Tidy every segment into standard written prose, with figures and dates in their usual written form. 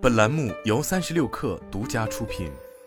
本栏目由36氪独家出品。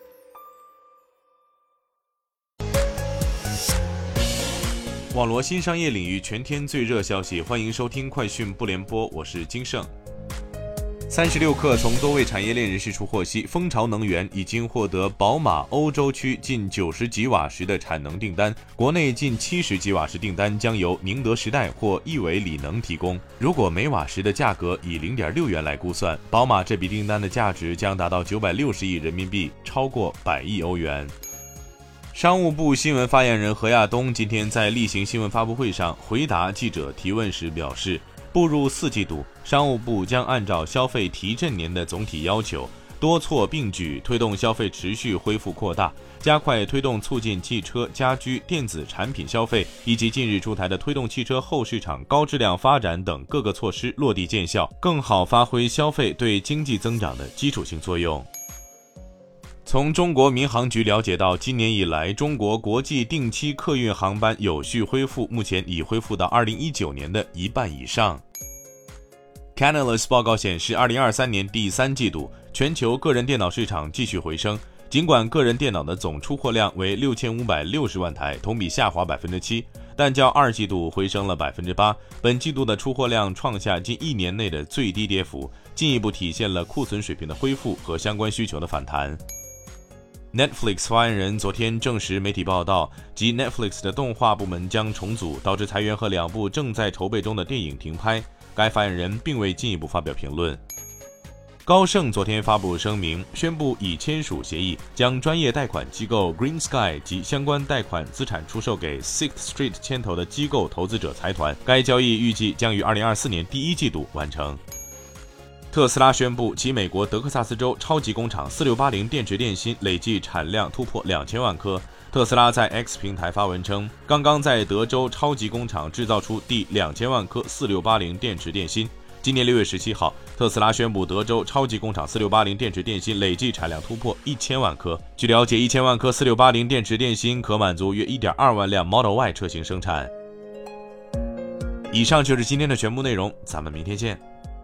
网罗新商业领域全天最热消息，欢迎收听快讯不联播，我是金盛。36氪从多位产业链人士处获悉，蜂巢能源已经获得宝马欧洲区近90吉瓦时的产能订单，国内近70吉瓦时订单将由宁德时代或亿纬锂能提供。如果每瓦时的价格以 0.6 元来估算，宝马这笔订单的价值将达到960亿人民币，超过100亿欧元。商务部新闻发言人何亚东今天在例行新闻发布会上回答记者提问时表示，步入4季度，商务部将按照消费提振年的总体要求，多措并举，推动消费持续恢复扩大，加快推动促进汽车、家居、电子产品消费，以及近日出台的推动汽车后市场高质量发展等各个措施落地见效，更好发挥消费对经济增长的基础性作用。从中国民航局了解到，今年以来，中国国际定期客运航班有序恢复，目前已恢复到2019年的一半以上。Canalys 报告显示，2023年第3季度，全球个人电脑市场继续回升，尽管个人电脑的总出货量为6560万台，同比下滑 7%， 但较2季度回升了 8%， 本季度的出货量创下近1年内的最低跌幅，进一步体现了库存水平的恢复和相关需求的反弹。Netflix 发言人昨天证实媒体报道，即 Netflix 的动画部门将重组，导致裁员和2部正在筹备中的电影停拍。该发言人并未进一步发表评论。高盛昨天发布声明，宣布已签署协议，将专业贷款机构 Green Sky 及相关贷款资产出售给 Sixth Street 牵头的机构投资者财团。该交易预计将于2024年第1季度完成。特斯拉宣布，其美国德克萨斯州超级工厂4680电池电芯累计产量突破2000万颗。特斯拉在 X 平台发文称，刚刚在德州超级工厂制造出第2000万颗4680电池电芯。今年6月17号，特斯拉宣布德州超级工厂4680电池电芯累计产量突破1000万颗。据了解，1000万颗4680电池电芯可满足约 1.2 万辆 Model Y 车型生产。以上就是今天的全部内容，咱们明天见。